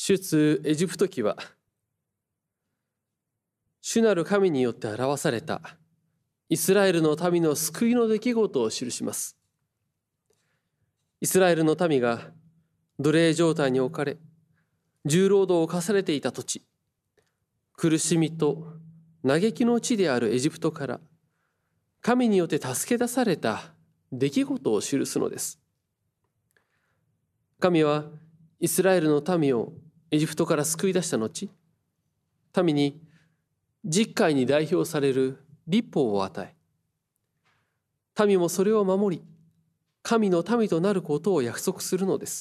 出エジプト記は、主なる神によって表されたイスラエルの民の救いの出来事を記します。イスラエルの民が奴隷状態に置かれ、重労働を課されていた土地、苦しみと嘆きの地であるエジプトから神によって助け出された出来事を記すのです。神はイスラエルの民をエジプトから救い出した後、民に十戒に代表される律法を与え、民もそれを守り、神の民となることを約束するのです。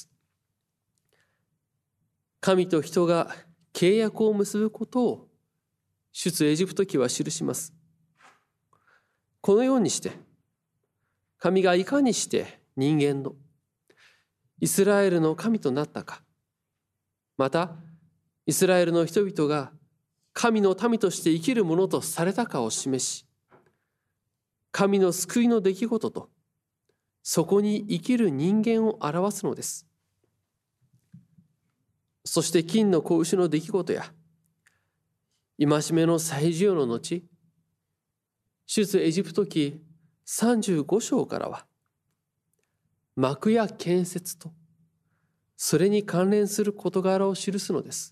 神と人が契約を結ぶことを出エジプト記は記します。このようにして、神がいかにして人間のイスラエルの神となったか、またイスラエルの人々が神の民として生きるものとされたかを示し、神の救いの出来事とそこに生きる人間を表すのです。そして金の子牛の出来事や戒めの再授与の後、出エジプト記35章からは、幕や建設とそれに関連する事柄を記すのです。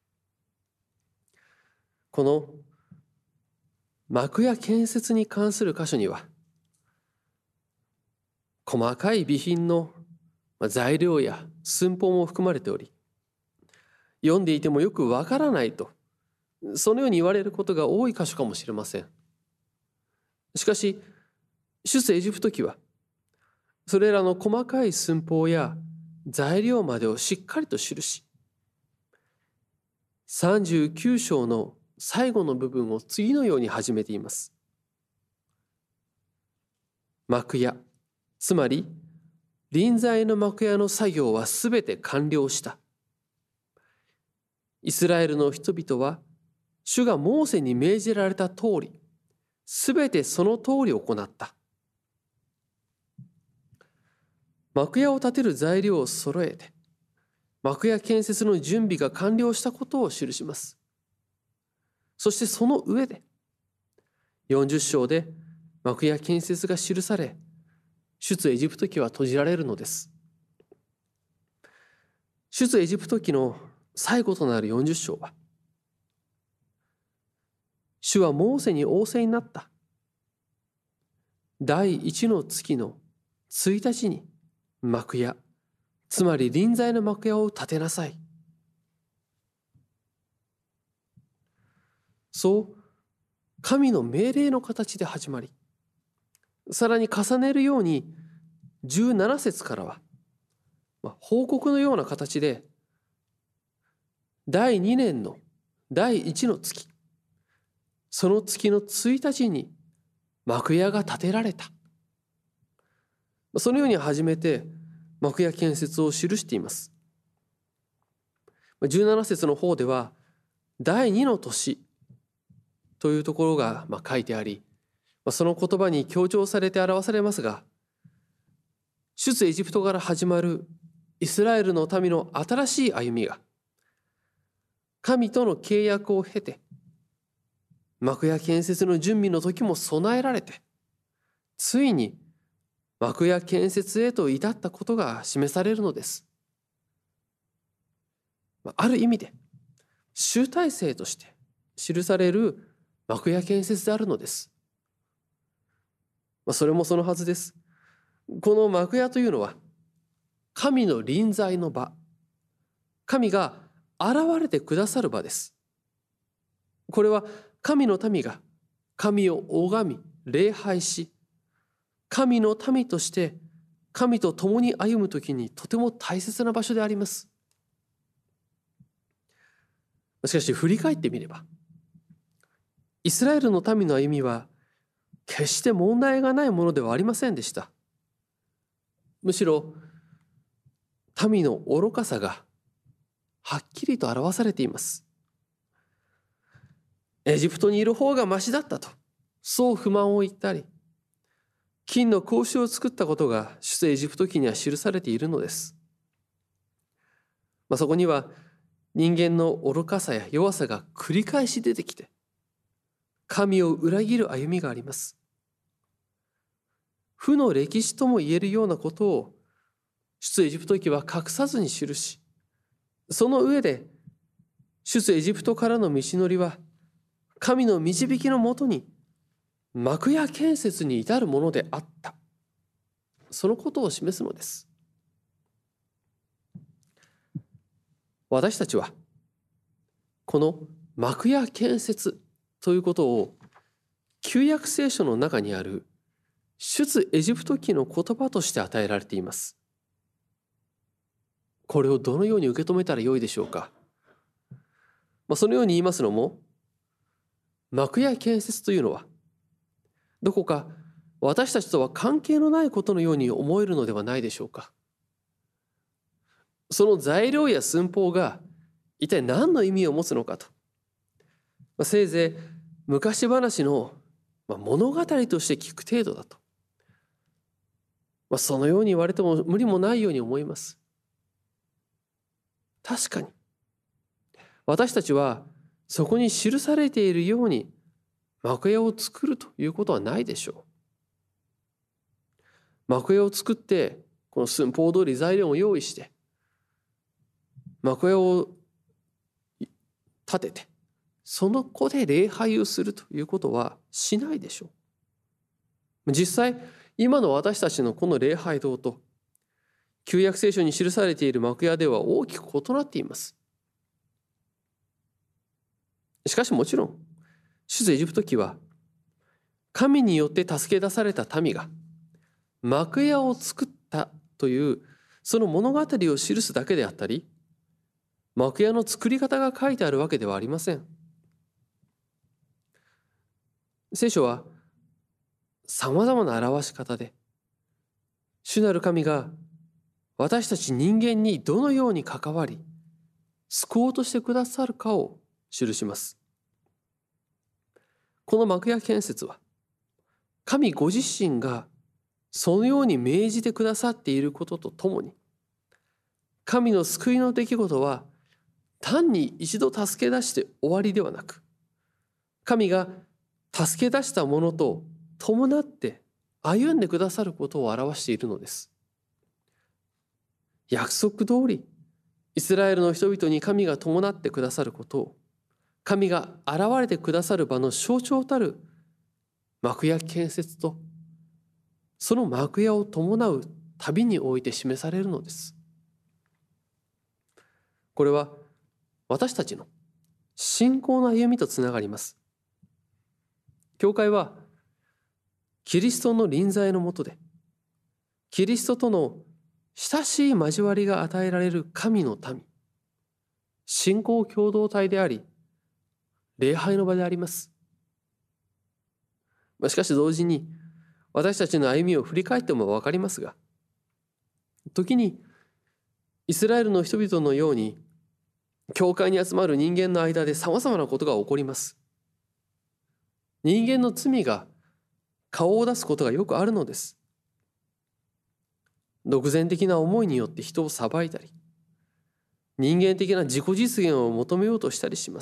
この幕や建設に関する箇所には、細かい備品の材料や寸法も含まれており、読んでいてもよくわからないと、そのように言われることが多い箇所かもしれません。しかし、出エジプト記は、それらの細かい寸法や材料までをしっかりと記し、39章の最後の部分を次のように始めています。幕屋、つまり臨在の幕屋の作業はすべて完了した。イスラエルの人々は主がモーセに命じられた通り、すべてその通り行った。幕屋を建てる材料を揃えて、幕屋建設の準備が完了したことを記します。そしてその上で、40章で幕屋建設が記され、出エジプト記は閉じられるのです。出エジプト記の最後となる40章は、主はモーセに仰せになった。第1の月の1日に幕屋、つまり臨在の幕屋を建てなさい。そう、神の命令の形で始まり、さらに重ねるように17節からは、報告のような形で、第2年の第1の月、その月の1日に幕屋が建てられた。そのように始めて幕屋建設を記しています。17節の方では、第2の年というところが書いてあり、その言葉に強調されて表されますが、出エジプトから始まるイスラエルの民の新しい歩みが、神との契約を経て、幕屋建設の準備の時も備えられて、ついに幕屋建設へと至ったことが示されるのです。ある意味で集大成として記される幕屋建設であるのです。それもそのはずです。この幕屋というのは神の臨在の場、神が現れてくださる場です。これは神の民が神を拝み礼拝し、神の民として神と共に歩むときにとても大切な場所であります。しかし振り返ってみれば、イスラエルの民の歩みは決して問題がないものではありませんでした。むしろ民の愚かさがはっきりと表されています。エジプトにいる方がましだったと、そう不満を言ったり、金の格子を作ったことが出エジプト記には記されているのです。そこには人間の愚かさや弱さが繰り返し出てきて、神を裏切る歩みがあります。負の歴史とも言えるようなことを出エジプト記は隠さずに記し、その上で出エジプトからの道のりは神の導きのもとに幕屋建設に至るものであった、そのことを示すのです。私たちはこの幕屋建設ということを旧約聖書の中にある出エジプト記の言葉として与えられています。これをどのように受け止めたらよいでしょうか。そのように言いますのも、幕屋建設というのはどこか私たちとは関係のないことのように思えるのではないでしょうか。その材料や寸法が一体何の意味を持つのかと、せいぜい昔話の物語として聞く程度だと、そのように言われても無理もないように思います。確かに私たちはそこに記されているように幕屋を作るということはないでしょう。幕屋を作ってこの寸法通り材料を用意して幕屋を建てて、その子で礼拝をするということはしないでしょう。実際今の私たちのこの礼拝堂と旧約聖書に記されている幕屋では大きく異なっています。しかしもちろん出エジプト記は神によって助け出された民が幕屋を作ったというその物語を記すだけであったり、幕屋の作り方が書いてあるわけではありません。聖書はさまざまな表し方で主なる神が私たち人間にどのように関わり救おうとしてくださるかを記します。この幕屋建設は神ご自身がそのように命じてくださっていることとともに、神の救いの出来事は単に一度助け出して終わりではなく、神が助け出したものと伴って歩んでくださることを表しているのです。約束通りイスラエルの人々に神が伴ってくださることを、神が現れてくださる場の象徴たる幕屋建設とその幕屋を伴う旅において示されるのです。これは私たちの信仰の歩みとつながります。教会はキリストの臨在のもとでキリストとの親しい交わりが与えられる神の民、信仰共同体であり礼拝の場であります。しかし同時に私たちの歩みを振り返っても分かりますが、時にイスラエルの人々のように教会に集まる人間の間でさまざまなことが起こります。人間の罪が顔を出すことがよくあるのです。独善的な思いによって人を裁いたり、人間的な自己実現を求めようとしたりします。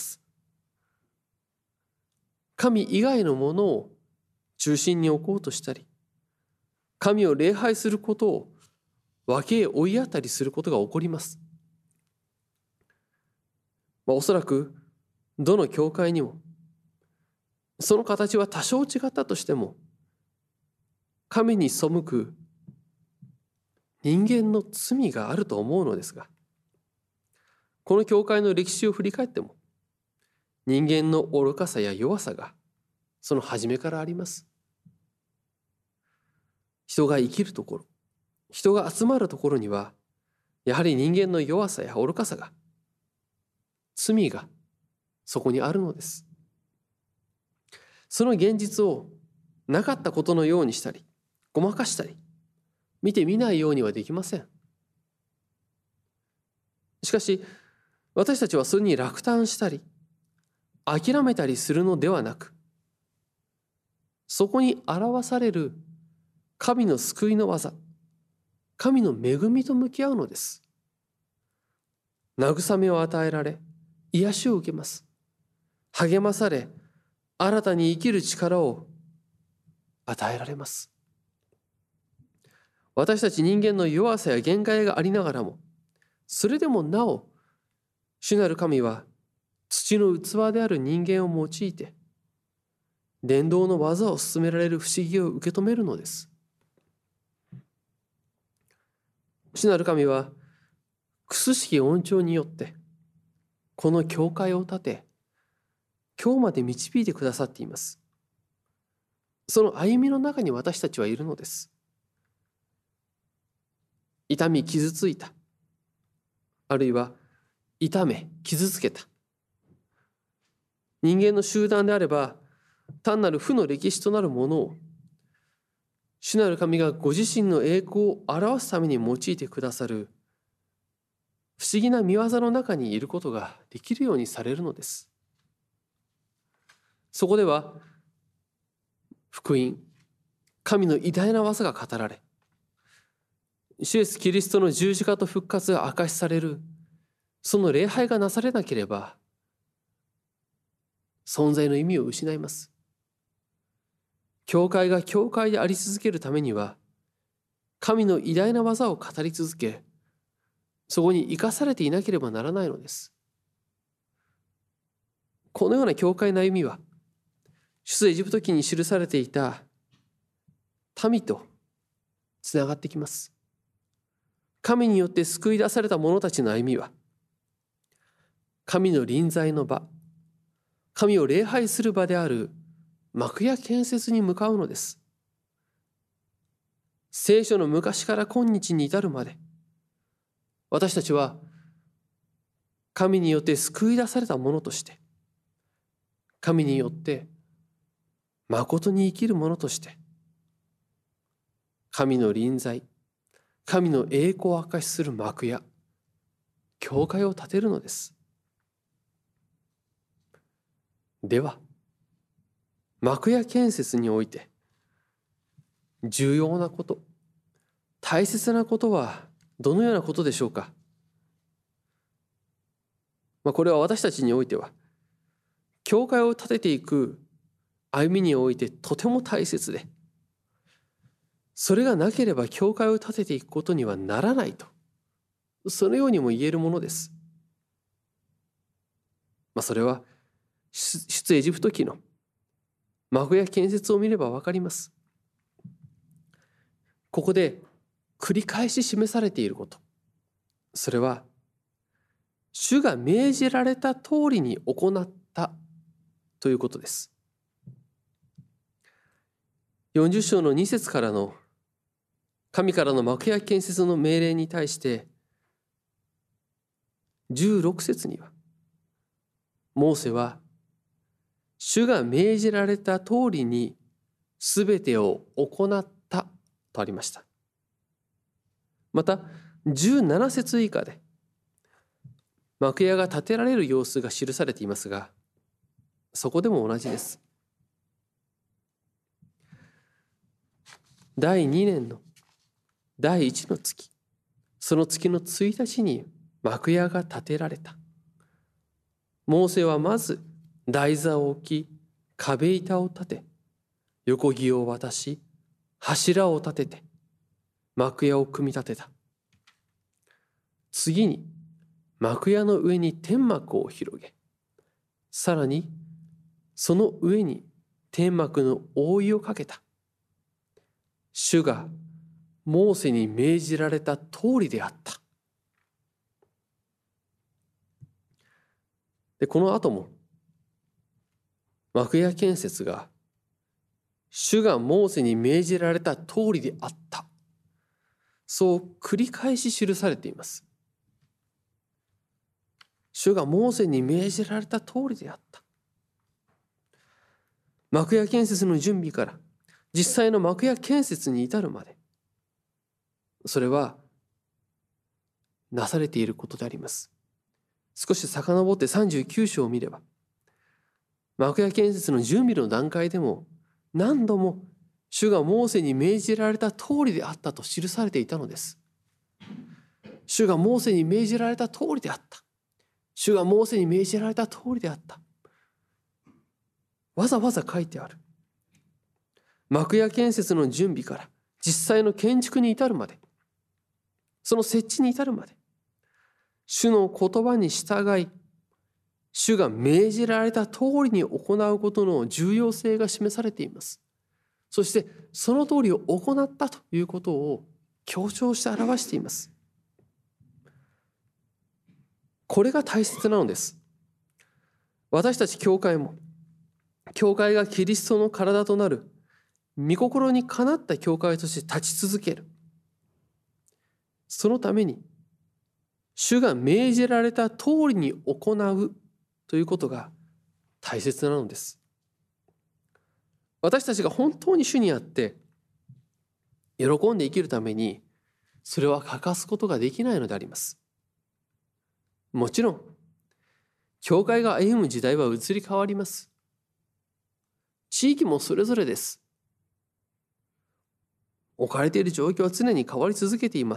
神以外のものを中心に置こうとしたり、神を礼拝することを分け追いやったりすることが起こります。おそらくどの教会にもその形は多少違ったとしても、神に背く人間の罪があると思うのですが、この教会の歴史を振り返っても人間の愚かさや弱さがその初めからあります。人が生きるところ、人が集まるところにはやはり人間の弱さや愚かさが、罪がそこにあるのです。その現実をなかったことのようにしたりごまかしたり見てみないようにはできません。しかし私たちはそれに落胆したり諦めたりするのではなく、そこに表される神の救いの技、神の恵みと向き合うのです。 慰めを与えられ、癒しを受けます。励まされ、新たに生きる力を与えられます。私たち人間の弱さや限界がありながらも、それでもなお、主なる神は土の器である人間を用いて、伝道の技を進められる不思議を受け止めるのです。主なる神は、楠式恩寵によって、この教会を建て、今日まで導いてくださっています。その歩みの中に私たちはいるのです。痛み傷ついた。あるいは痛め傷つけた。人間の集団であれば、単なる負の歴史となるものを、主なる神がご自身の栄光を表すために用いてくださる不思議な見業の中にいることができるようにされるのです。そこでは福音、神の偉大な技が語られ、主イエスキリストの十字架と復活が証しされる、その礼拝がなされなければ存在の意味を失います。教会が教会であり続けるためには、神の偉大な技を語り続け、そこに生かされていなければならないのです。このような教会の歩みは、出エジプト記に記されていた民とつながってきます。神によって救い出された者たちの歩みは、神の臨在の場、神を礼拝する場である幕屋建設に向かうのです。聖書の昔から今日に至るまで、私たちは神によって救い出された者として、神によって誠に生きる者として、神の臨在、神の栄光を証しする幕屋、教会を建てるのです。では、幕屋建設において重要なこと、大切なことはどのようなことでしょうか。これは私たちにおいては、教会を建てていく歩みにおいてとても大切で、それがなければ教会を建てていくことにはならないと、そのようにも言えるものです。それは出エジプト記の幕屋建設を見ればわかります。ここで繰り返し示されていること、それは主が命じられた通りに行ったということです。40章の2節からの神からの幕屋建設の命令に対して、16節にはモーセは主が命じられた通りにすべてを行ったとありました。また17節以下で幕屋が建てられる様子が記されていますが、そこでも同じです。第2年の第1の月、その月の1日に幕屋が建てられた。モーセはまず台座を置き、壁板を立て、横木を渡し、柱を立てて、幕屋を組み立てた。次に幕屋の上に天幕を広げ、さらにその上に天幕の覆いをかけた。主がモーセに命じられた通りであった。で、この後も幕屋建設が主がモーセに命じられた通りであった、そう繰り返し記されています。主がモーセに命じられた通りであった。幕屋建設の準備から実際の幕屋建設に至るまで、それはなされていることであります。少し遡って39章を見れば、幕屋建設の準備の段階でも何度も主がモーセに命じられた通りであったと記されていたのです。主がモーセに命じられた通りであった。 主がモーセに命じられた通りであった。わざわざ書いてある。幕屋建設の準備から実際の建築に至るまで、その設置に至るまで、主の言葉に従い、主が命じられた通りに行うことの重要性が示されています。そしてその通りを行ったということを強調して表しています。これが大切なのです。私たち教会も、教会がキリストの体となる御心にかなった教会として立ち続ける。そのために主が命じられた通りに行うということが大切なのです。私たちが本当に主にあって喜んで生きるために、それは欠かすことができないのであります。もちろん教会が歩む時代は移り変わります。地域もそれぞれです。置かれている状況は常に変わり続けています。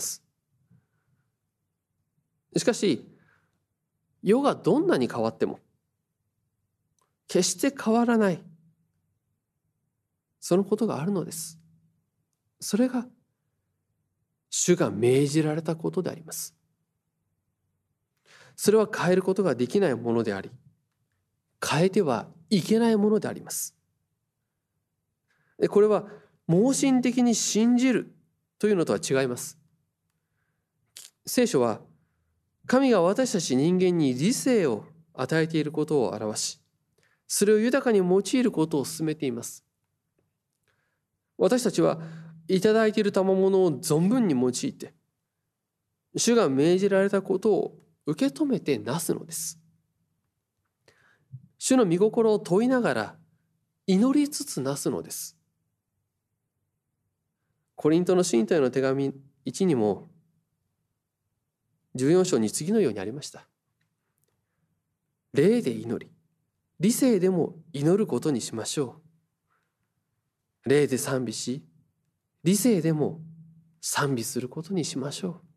しかし世がどんなに変わっても決して変わらない、そのことがあるのです。それが主が命じられたことであります。それは変えることができないものであり、変えてはいけないものであります。これは盲信的に信じるというのとは違います。聖書は神が私たち人間に理性を与えていることを表し、それを豊かに用いることを進めています。私たちはいただいている賜物を存分に用いて、主が命じられたことを受け止めてなすのです。主の御心を問いながら祈りつつなすのです。コリントの信徒への手紙1にも14章に次のようにありました。霊で祈り、理性でも祈ることにしましょう。霊で賛美し、理性でも賛美することにしましょう。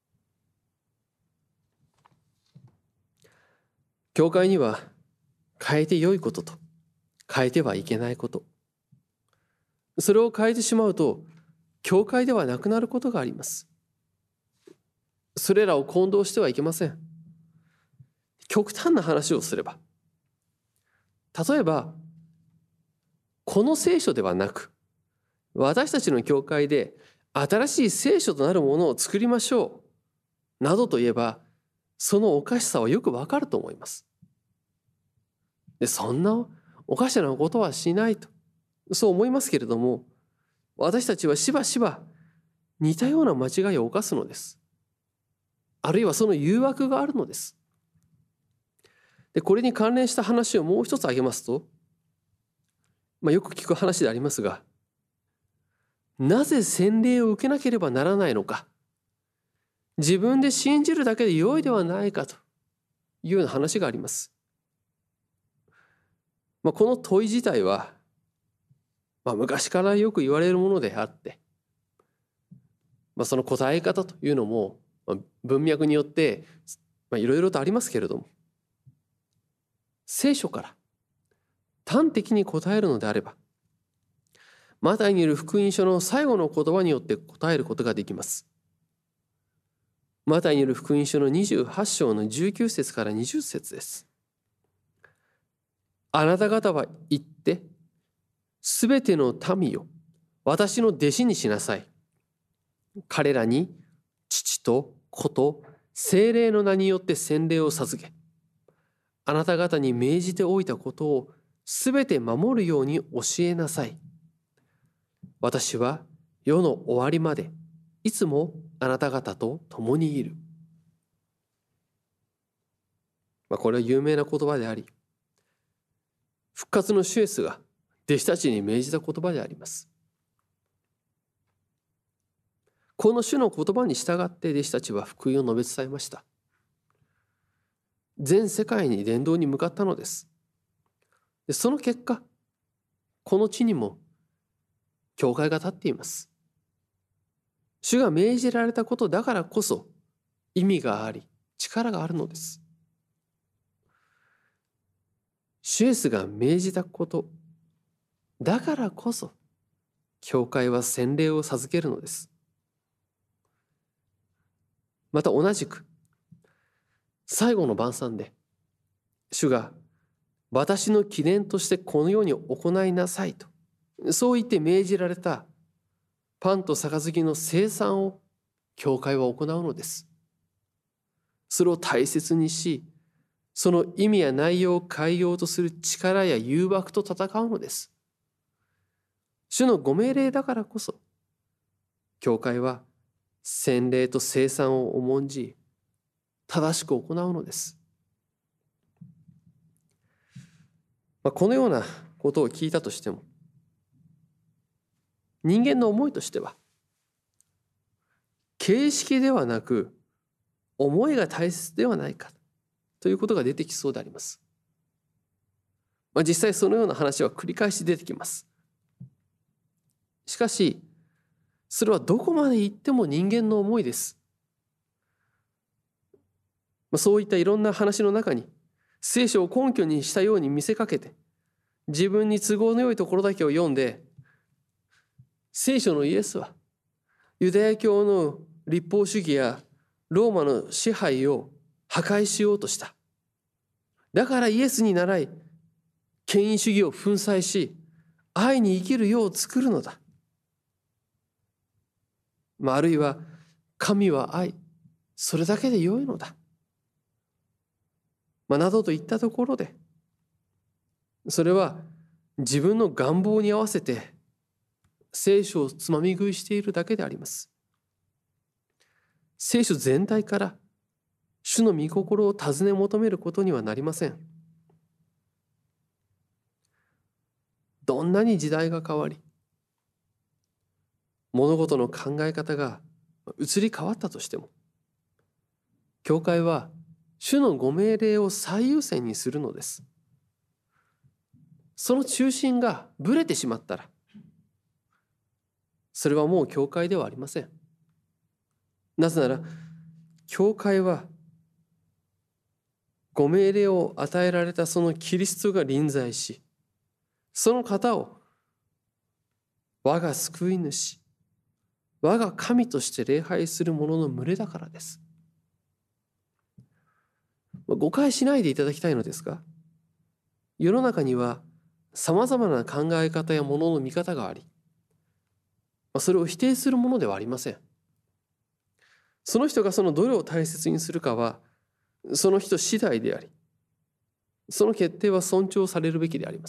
教会には変えて良いことと変えてはいけないこと、それを変えてしまうと教会ではなくなることがあります。それらを混同してはいけません。極端な話をすれば、例えばこの聖書ではなく、私たちの教会で新しい聖書となるものを作りましょうなどと言えば、そのおかしさはよくわかると思います。で、そんなおかしなことはしないと、そう思いますけれども、私たちはしばしば似たような間違いを犯すのです。あるいはその誘惑があるのです。で、これに関連した話をもう一つ挙げますと、よく聞く話でありますが、なぜ洗礼を受けなければならないのか、自分で信じるだけで良いではないかというような話があります。この問い自体は、昔からよく言われるものであって、その答え方というのも文脈によっていろいろとありますけれども、聖書から端的に答えるのであれば、マタイによる福音書の最後の言葉によって答えることができます。マタイによる福音書の28章の19節から20節です。あなた方は行って、すべての民よ、私の弟子にしなさい。彼らに父と子と聖霊の名によって洗礼を授け、あなた方に命じておいたことをすべて守るように教えなさい。私は世の終わりまでいつもあなた方と共にいる。これは有名な言葉であり、復活の主イエスが弟子たちに命じた言葉であります。この主の言葉に従って弟子たちは福音を述べ伝えました。全世界に伝道に向かったのです。で、その結果、この地にも教会が立っています。主が命じられたことだからこそ意味があり、力があるのです。 主イエスが命じたことだからこそ、教会は洗礼を授けるのです。また同じく、最後の晩餐で、主が私の記念としてこのように行いなさいと、そう言って命じられたパンと杯の聖餐を教会は行うのです。それを大切にし、その意味や内容を変えようとする力や誘惑と戦うのです。主のご命令だからこそ、教会は洗礼と聖餐を重んじ、正しく行うのです。このようなことを聞いたとしても、人間の思いとしては、形式ではなく、思いが大切ではないかということが出てきそうであります。実際そのような話は繰り返し出てきます。しかし、それはどこまで行っても人間の思いです。そういったいろんな話の中に、聖書を根拠にしたように見せかけて、自分に都合の良いところだけを読んで、聖書のイエスはユダヤ教の律法主義やローマの支配を破壊しようとした。だからイエスに倣い、権威主義を粉砕し、愛に生きる世を作るのだ。あるいは、神は愛、それだけで良いのだ。などといったところで、それは自分の願望に合わせて聖書をつまみ食いしているだけであります。聖書全体から主の御心を尋ね求めることにはなりません。どんなに時代が変わり、物事の考え方が移り変わったとしても、教会は主のご命令を最優先にするのです。その中心がぶれてしまったら、それはもう教会ではありません。なぜなら、教会はご命令を与えられたそのキリストが臨在し、その方を我が救い主、我が神として礼拝する者の群れだからです。誤解しないでいただきたいのですが、世の中にはさまざまな考え方やものの見方があり、それを否定するものではありません。その人がそのどれを大切にするかはその人次第であり、その決定は尊重されるべきであります。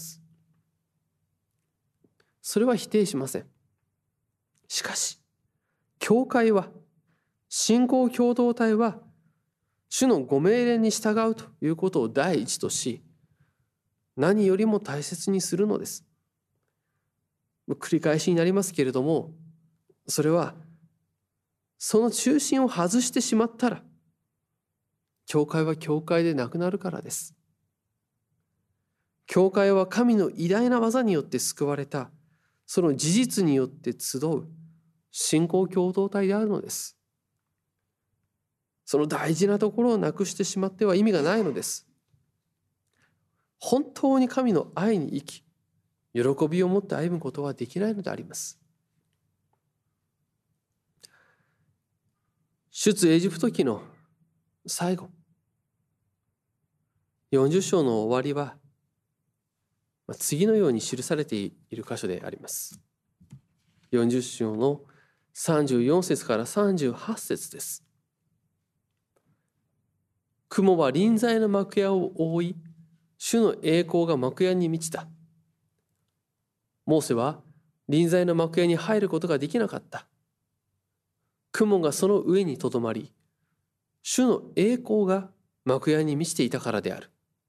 それは否定しません。しかし、教会は、信仰共同体は、主のご命令に従うということを第一とし、何よりも大切にするのです。繰り返しになりますけれども、それはその中心を外してしまったら、教会は教会でなくなるからです。教会は神の偉大な技によって救われた、その事実によって集う信仰共同体であるのです。その大事なところをなくしてしまっては意味がないのです。本当に神の愛に生き、喜びを持って歩むことはできないのであります。出エジプト記の最後、40章の終わりは、次のように記されている箇所であります。40章の34節から38節です。雲は臨在の幕屋を覆い、主の栄光が幕屋に満ちた。モーセは臨在の幕屋に入ることができなかった。雲がその上にとどまり、主の栄光が幕屋に満ちていたからである。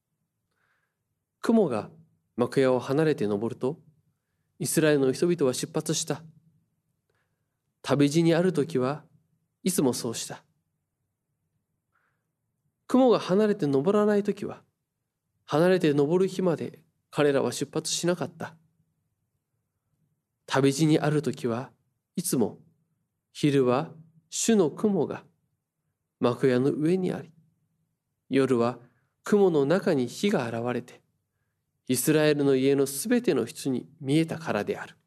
雲が幕屋を離れて登ると、イスラエルの人々は出発した。旅路にあるときはいつもそうした。雲が離れて登らないときは、離れて登る日まで彼らは出発しなかった。旅路にあるときはいつも昼は主の雲が幕屋の上にあり、夜は雲の中に火が現れて、 イスラエルの家のすべての人に見えたからである。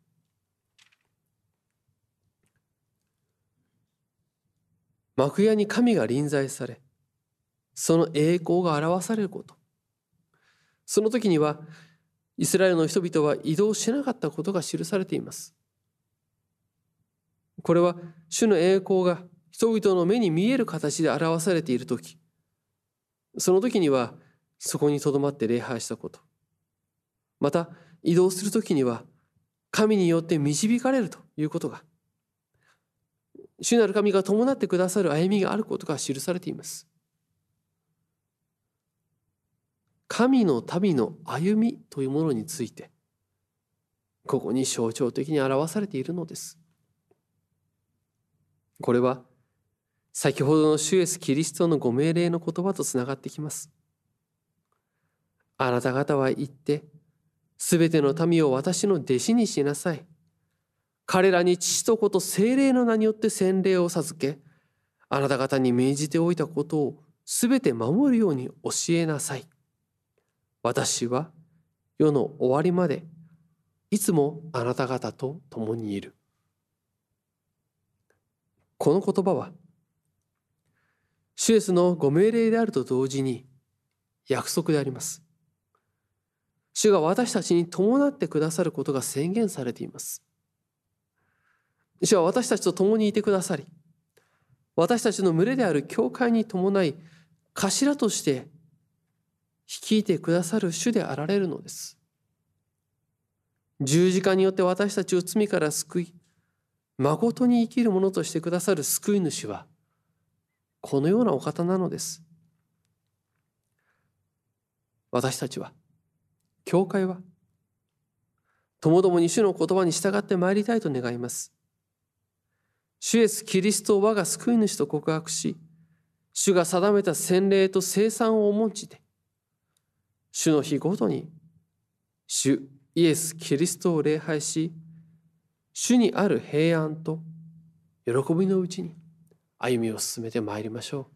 幕屋に神が臨在され、その栄光が表されること。その時には、イスラエルの人々は移動しなかったことが記されています。これは、主の栄光が人々の目に見える形で表されている時、その時には、そこにとどまって礼拝したこと。また、移動する時には、神によって導かれるということが、主なる神が伴ってくださる歩みがあることが記されています。神の民の歩みというものについて、ここに象徴的に表されているのです。これは、先ほどの主イエスキリストのご命令の言葉とつながってきます。あなた方は言って、すべての民を私の弟子にしなさい。彼らに父と子と聖霊の名によって洗礼を授け、あなた方に命じておいたことをすべて守るように教えなさい。私は世の終わりまでいつもあなた方と共にいる。この言葉は、主イエスのご命令であると同時に約束であります。主が私たちに伴ってくださることが宣言されています。主は私たちと共にいてくださり、私たちの群れである教会に伴い、頭として率いてくださる主であられるのです。十字架によって私たちを罪から救い、誠に生きるものとしてくださる救い主は、このようなお方なのです。私たちは、教会は、ともどもに主の言葉に従ってまいりたいと願います。主イエスキリストを我が救い主と告白し、主が定めた洗礼と聖餐を重んじて、主の日ごとに主イエス・キリストを礼拝し、主にある平安と喜びのうちに歩みを進めてまいりましょう。